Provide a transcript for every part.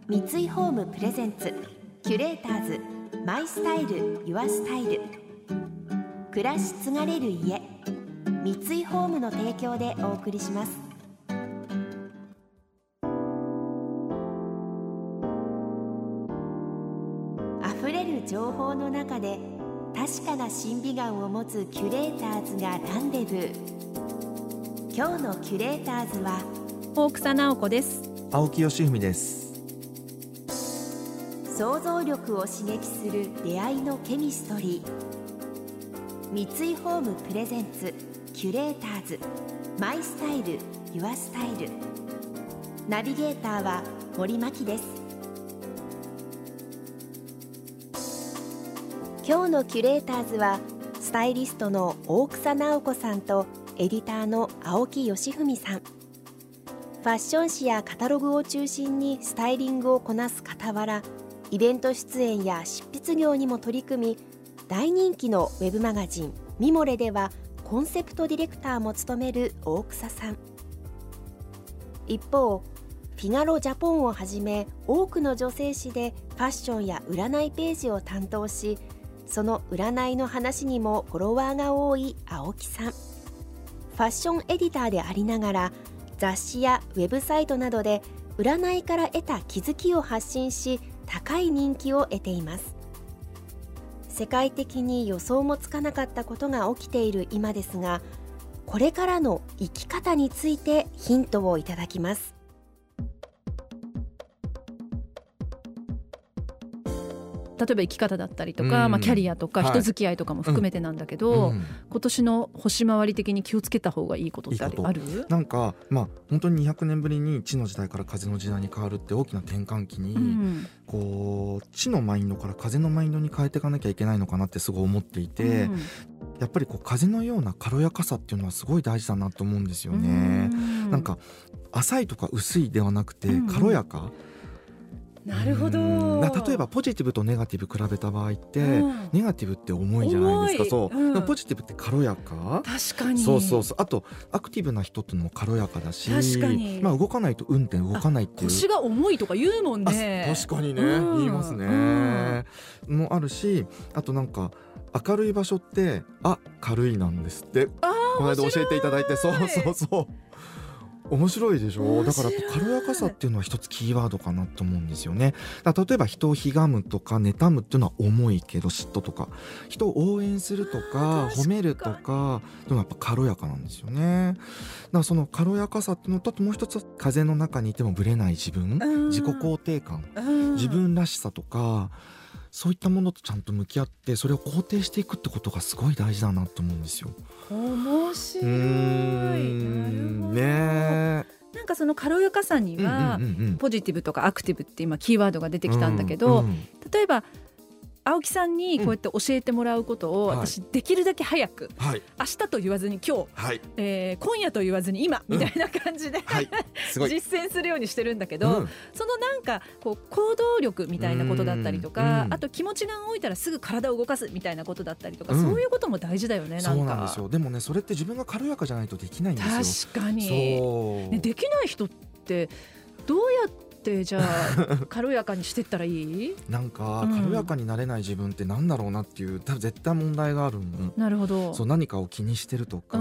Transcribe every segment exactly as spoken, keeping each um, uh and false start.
三井ホームプレゼンツキュレーターズマイスタイルユアスタイル、暮らし継がれる家、三井ホームの提供でお送りします。あふれる情報の中で確かな審美眼を持つキュレーターズがランデブー。今日のキュレーターズは大草直子です。 青木義文です。 想像力を刺激する出会いのケミストリー。三井ホームプレゼンツキュレーターズマイスタイルユアスタイル、ナビゲーターは森牧です。今日のキュレーターズはスタイリストの大草直子さんとエディターの青木義文さん。ファッション誌やカタログを中心にスタイリングをこなす傍ら、イベント出演や執筆業にも取り組み、大人気のウェブマガジンミモレではコンセプトディレクターも務める大草さん。一方、フィガロジャポンをはじめ多くの女性誌でファッションや占いページを担当し、その占いの話にもフォロワーが多い青木さん。ファッションエディターでありながら、雑誌やウェブサイトなどで占いから得た気づきを発信し、高い人気を得ています。世界的に予想もつかなかったことが起きている今ですが、これからの生き方についてヒントをいただきます。 例えば生き方だったりとか、うんまあ、キャリアとか人付き合いとかも含めてなんだけど、はいうん、今年の星回り的に気をつけた方がいいことってある？ いいことなんか、まあ、本当ににひゃくねんぶりに地の時代から風の時代に変わるって大きな転換期に、うん、こう地のマインドから風のマインドに変えていかなきゃいけないのかなってすごい思っていて、うん、やっぱりこう風のような軽やかさっていうのはすごい大事だなと思うんですよね。んなんか浅いとか薄いではなくて軽やか、うんなるほど。 例えばポジティブとネガティブ比べた場合って、うん、ネガティブって重いじゃないですか。そう、うん、ポジティブって軽やか。 確かに。 そうそうそう。あとアクティブな人ってのも軽やかだし、 確かに、 まあ、動かないと運転動かないっていう。 腰が重いとか言うもんね。 確かにね、うん、言いますね、うん、もあるし、あとなんか明るい場所ってあ軽いなんですって。 あこの間教えていただいて、そうそうそう。面白いでしょ。だから軽やかさっていうのは一つキーワードかなと思うんですよね。だ例えば人をひがむとか妬むっていうのは重いけど、嫉妬とか人を応援するとか褒めるとかっていうのはやっぱ軽やかなんですよね。だからその軽やかさっていうのと、もう一つ風の中にいてもぶれない自分、自己肯定感、自分らしさとか、そういったものとちゃんと向き合ってそれを肯定していくってことがすごい大事だなと思うんですよ。 面白い。うーんねなんかその軽やかさには、うんうんうんうん、ポジティブとかアクティブって今キーワードが出てきたんだけど、うんうん、例えば青木さんにこうやって教えてもらうことを、私できるだけ早く、はい、明日と言わずに今日、はいえー、今夜と言わずに今、うん、みたいな感じで、はい、すごい実践するようにしてるんだけど、うん、そのなんかこう行動力みたいなことだったりとか、うん、あと気持ちが動いたらすぐ体を動かすみたいなことだったりとか、うん、そういうことも大事だよね。なんかそうなんですよ。でもね、それって自分が軽やかじゃないとできないんですよ。 確かにそう、ね、できない人ってどうやってじゃあ軽やかにしてったらいい？ なんか軽やかになれない自分ってなんだろうなっていう、多分絶対問題があるの。 なるほど。 そう、何かを気にしてるとか、うん、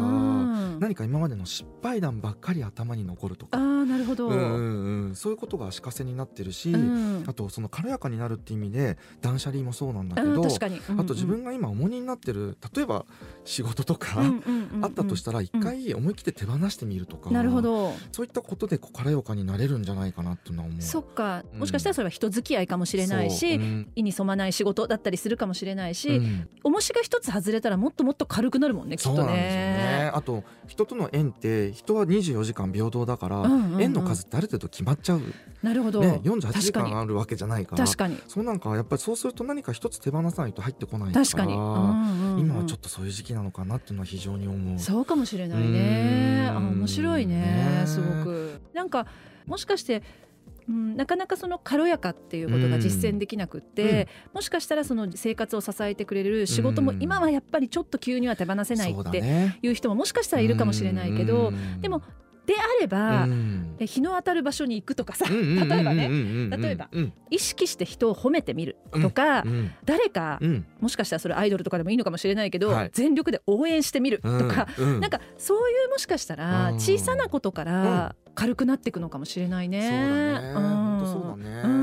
何か今までの失敗談ばっかり頭に残るとか、 あ、なるほど、 うんうんうん、そういうことが足かせになってるし、うん、あとその軽やかになるって意味で断捨離もそうなんだけど、 確かに、うんうん、 あと自分が今重荷になってる例えば仕事とか、うんうんうんうん、あったとしたら一回思い切って手放してみるとか、 なるほど、 そういったことでこう軽やかになれるんじゃないかなっていうのは思う。 そっか、もしかしたらそれは人付き合いかもしれないし、うん、意に染まない仕事だったりするかもしれないし、うん、重しが一つ外れたらもっともっと軽くなるもんね、きっとね。 そうなんですよね。あと人との縁って人はにじゅうよじかん平等だから、うんうんうん、縁の数ってある程度決まっちゃう。 なるほど、 ね、よんじゅうはちじかんあるわけじゃないから。 確かに。 そうなんかやっぱりそうすると何か一つ手放さないと入ってこないから、 確かに、うんうんうん、 今はちょっとそういう時期なのかなっていうのは非常に思う。 そうかもしれないね。あ、面白い ね, ねすごく。なんかもしかしてうん、なかなかその軽やかっていうことが実践できなくって、うん、もしかしたらその生活を支えてくれる仕事も今はやっぱりちょっと急には手放せないっていう人ももしかしたらいるかもしれないけど、でもであれば、 うん、 日の当たる場所に行くとかさ、例えばね、例えば、うん、意識して人を褒めてみるとか、うん、誰か、うん、もしかしたらそれアイドルとかでもいいのかもしれないけど、はい、全力で応援してみるとか、うんうん、なんかそういうもしかしたら小さなことから軽くなっていくのかもしれないね。 そうだね、うん、本当そうだね、うん、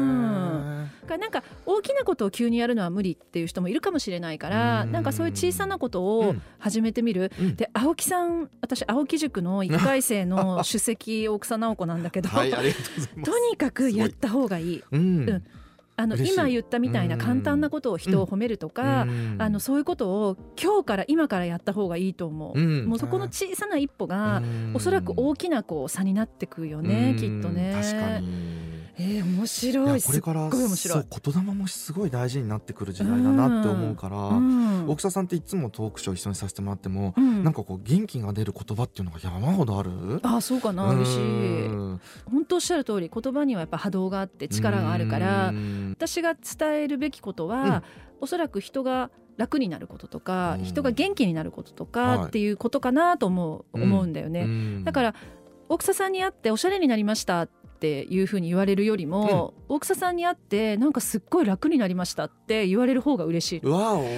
なんか大きなことを急にやるのは無理っていう人もいるかもしれないから、なんかそういう小さなことを始めてみる、うん、で青木さん、私青木塾のいっかい生の主席大草直子なんだけど、はい、ありがとうございます。とにかくやった方がいい、うんうん、あの今言ったみたいな簡単なことを人を褒めるとか、あのそういうことを今日から今からやった方がいいと思う、うん、もうそこの小さな一歩がおそらく大きなこう差になってくよね、きっとね。 確かに。 えー、面白い。 これからすっごい面白い。 そう言霊もすごい大事になってくる時代だなって思うから、うんうん、大草さんっていつもトークショー一緒にさせてもらっても、うん、なんかこう元気が出る言葉っていうのが山ほどある。 あ、そうかな、嬉しい。本当おっしゃる通り、言葉にはやっぱ波動があって力があるから、私が伝えるべきことは、うん、おそらく人が楽になることとか、うん、人が元気になることとかっていうことかなと思う、はい、思うんだよね、うん、だから大草さんに会っておしゃれになりましたっていうふうに言われるよりも、うん、大草さんに会ってなんかすっごい楽になりましたって言われる方が嬉しい。わお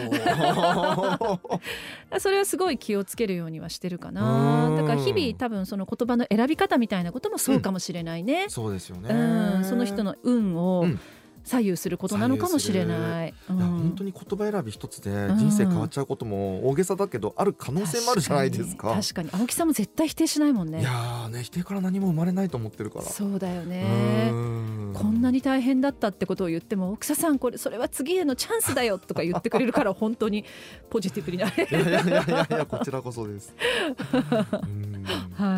それはすごい気をつけるようにはしてるかな。だから日々多分その言葉の選び方みたいなこともそうかもしれないね、うん、 そうですよね、 うん、その人の運を、うん、左右することなのかもしれない、うん、 いや本当に言葉選び一つで人生変わっちゃうことも大げさだけどある可能性もあるじゃないですか。 確かに、確かに青木さんも絶対否定しないもんね。 いやね、否定から何も生まれないと思ってるから。 そうだよね。こんなに大変だったってことを言っても、大草さんこれそれは次へのチャンスだよとか言ってくれるから本当にポジティブになれる。 いやいやいやいやこちらこそですうんはい、はい、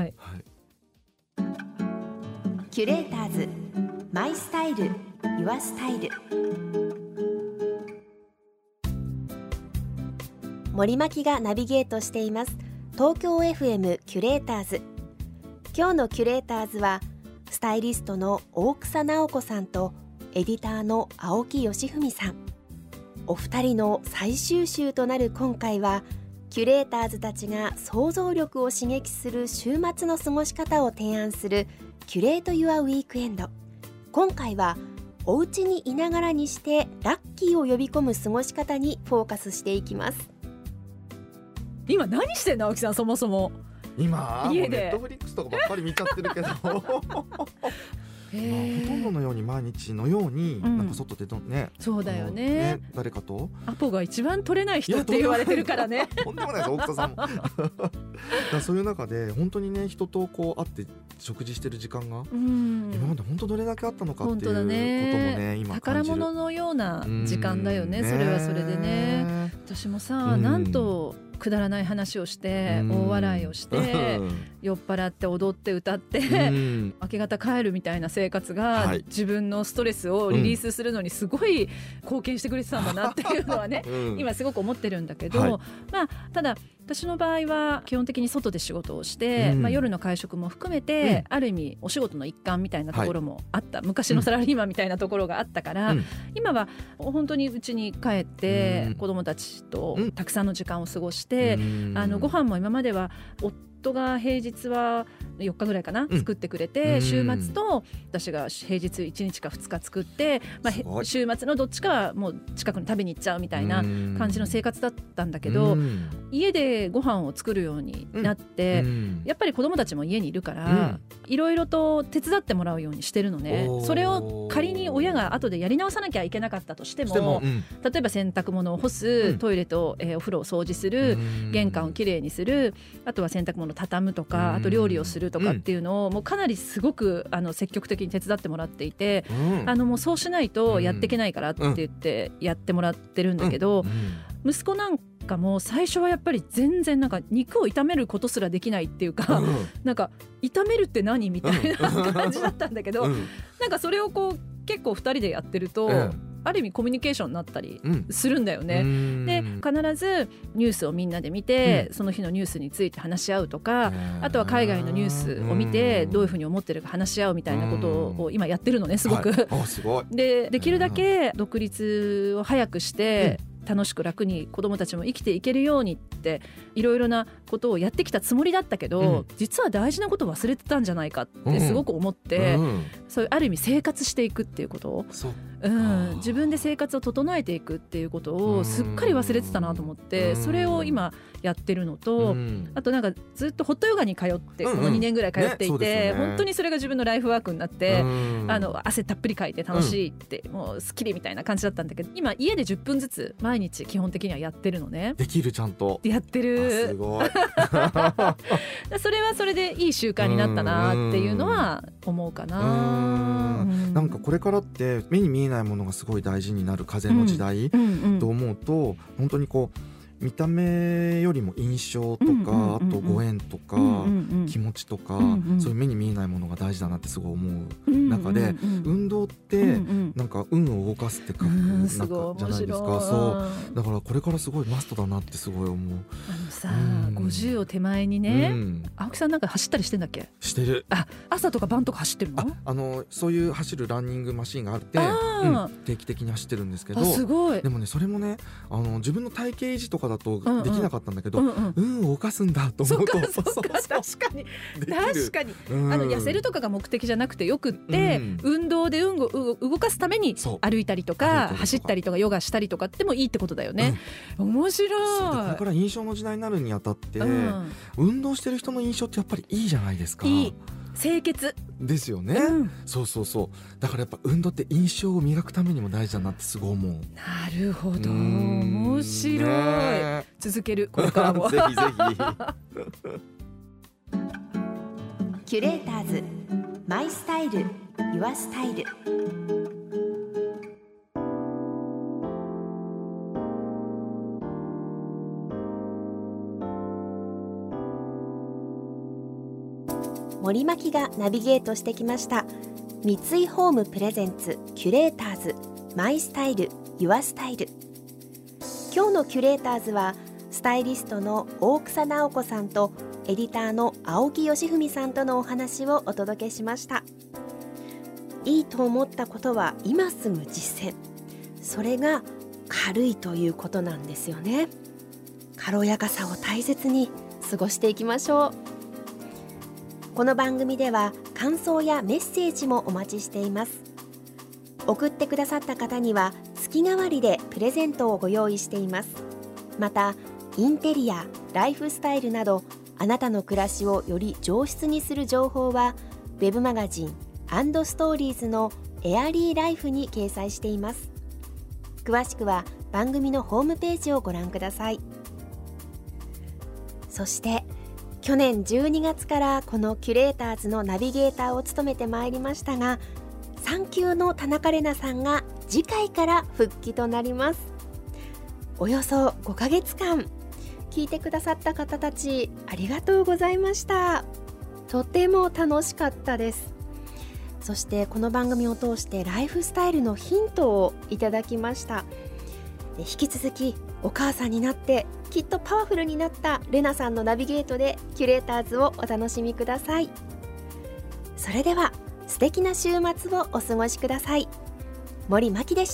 キュレーターズマイスタイルユアスタイル。森牧がナビゲートしています東京 エフエム キュレーターズ。今日のキュレーターズはスタイリストの大草直子さんとエディターの青木義文さん。お二人の最終週となる今回は、キュレーターズたちが想像力を刺激する週末の過ごし方を提案するキュレートユアウィークエンド。今回はお家にいながらにしてラッキーを呼び込む過ごし方にフォーカスしていきます。 今何してんの青木さん。そもそも今家でネットフリックスとかばっかり見ちゃってるけどまあ、ほとんどのように毎日のように、うん、なんか外でどね、 そうだよ ね, ね誰かとアポが一番取れない人って言われてるからね。 とんでもないです大草さんもだそういう中で本当にね人とこう会って食事してる時間が、うん、今まで本当どれだけあったのかっていうことも ね, ね今宝物のような時間だよ ね, ねそれはそれでね。私もさ、なんとくだらない話をして大笑いをして酔っ払って踊って歌って明け方帰るみたいな生活が自分のストレスをリリースするのにすごい貢献してくれてたんだなっていうのはね今すごく思ってるんだけど、まあただ私の場合は基本的に外で仕事をして、まあ、夜の会食も含めてある意味お仕事の一環みたいなところもあった、昔のサラリーマンみたいなところがあったから、今は本当に家に帰って子どもたちとたくさんの時間を過ごして、あのご飯も今までは夫が平日はよっかぐらいかな、うん、作ってくれて、週末と私が平日いちにちかふつか作って、まあ、週末のどっちかはもう近くに食べに行っちゃうみたいな感じの生活だったんだけど、家でご飯を作るようになって、やっぱり子どもたちも家にいるからいろいろと手伝ってもらうようにしてるのね。それを仮に親が後でやり直さなきゃいけなかったとしても、しても、うん、例えば洗濯物を干す、うん、トイレと、えー、お風呂を掃除する、玄関をきれいにする、あとは洗濯物を畳むとか、あと料理をするとかっていうのを、うん、もうかなりすごくあの積極的に手伝ってもらっていて、うん、あのもうそうしないとやっていけないからって言ってやってもらってるんだけど、うん、息子なんかも最初はやっぱり全然なんか肉を炒めることすらできないっていうか、うん、なんか炒めるって何みたいな感じだったんだけど、うん、なんかそれをこう結構ふたりでやってると、うんある意味コミュニケーションになったりするんだよね、うん、で必ずニュースをみんなで見て、うん、その日のニュースについて話し合うとか、あとは海外のニュースを見てどういうふうに思ってるか話し合うみたいなことを今やってるのねすごく、はい、 あすごい。 でできるだけ独立を早くして、うん楽しく楽に子どもたちも生きていけるようにっっていろいろなことをやってきたつもりだったけど、うん、実は大事なことを忘れてたんじゃないかってすごく思って、うんうん、そういうある意味生活していくっていうことを、うん、自分で生活を整えていくっていうことをすっかり忘れてたなと思って、それを今やってるのと、あとなんかずっとホットヨガに通ってこのにねんぐらい通っていて、本当にそれが自分のライフワークになって、あの汗たっぷりかいて楽しいって、もうスッキリみたいな感じだったんだけど、今家でじゅっぷんずつ毎日基本的にはやってるのね。 できる、ちゃんとやってる。 すごいそれはそれでいい習慣になったなっていうのは思うかな。 うん、なんかこれからって目に見えないものがすごい大事になる風の時代と思うと、本当にこう見た目よりも印象とか、うんうんうんうん、あとご縁とか、うんうんうん、気持ちとか、うんうん、そういう目に見えないものが大事だなってすごい思う中で、うんうんうん、運動ってなんか運を動かすって書くなんかじゃないですか。そうだからこれからすごいマストだなってすごい思う。 あのさ、うん、ごじゅうを手前にね、うん、青木さんなんか走ったりしてんだっけ？ してる。 あ、朝とか晩とか走ってるの？ あ、あのそういう走るランニングマシンがあって、うん、定期的に走ってるんですけど、 すごい。 でもね、それもね、あの自分の体型維持とかだとできなかったんだけど、うんうん、運を動かすんだと思うと、 そうかそうか、確かに確かに、うん、あの痩せるとかが目的じゃなくてよくって、うん、運動で運を動かすために歩いたりとか走ったりとかヨガしたりとかってもいいってことだよね、うん、面白い。 これから印象の時代になるにあたって、うん、運動してる人の印象ってやっぱりいいじゃないですか。 いい、清潔ですよね、うん、そうそうそう。だからやっぱ運動って印象を磨くためにも大事だなってすごい思う。 なるほど、面白い、ね、続けるこれからもぜひぜひキュレーターズマイスタイルユアスタイル。森牧がナビゲートしてきました三井ホームプレゼンツキュレーターズマイスタイルユアスタイル。今日のキュレーターズはスタイリストの大草直子さんとエディターの青木義文さんとのお話をお届けしました。いいと思ったことは今すぐ実践、それが軽いということなんですよね。軽やかさを大切に過ごしていきましょう。この番組では感想やメッセージもお待ちしています。送ってくださった方には月替わりでプレゼントをご用意しています。またインテリア、ライフスタイルなどあなたの暮らしをより上質にする情報はウェブマガジン&ストーリーズのエアリーライフに掲載しています。詳しくは番組のホームページをご覧ください。そして去年じゅうにがつからこのキュレーターズのナビゲーターを務めてまいりましたが、産休の田中玲奈さんが次回から復帰となります。およそごかげつかん聞いてくださった方たちありがとうございました。とても楽しかったです。そしてこの番組を通してライフスタイルのヒントをいただきました。引き続きお母さんになってきっとパワフルになったレナさんのナビゲートでキュレーターズをお楽しみください。それでは素敵な週末をお過ごしください。森牧でした。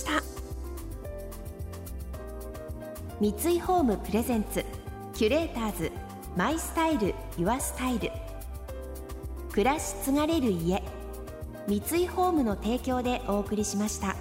三井ホームプレゼンツキュレーターズマイスタイルユアスタイル。暮らし継がれる家、三井ホームの提供でお送りしました。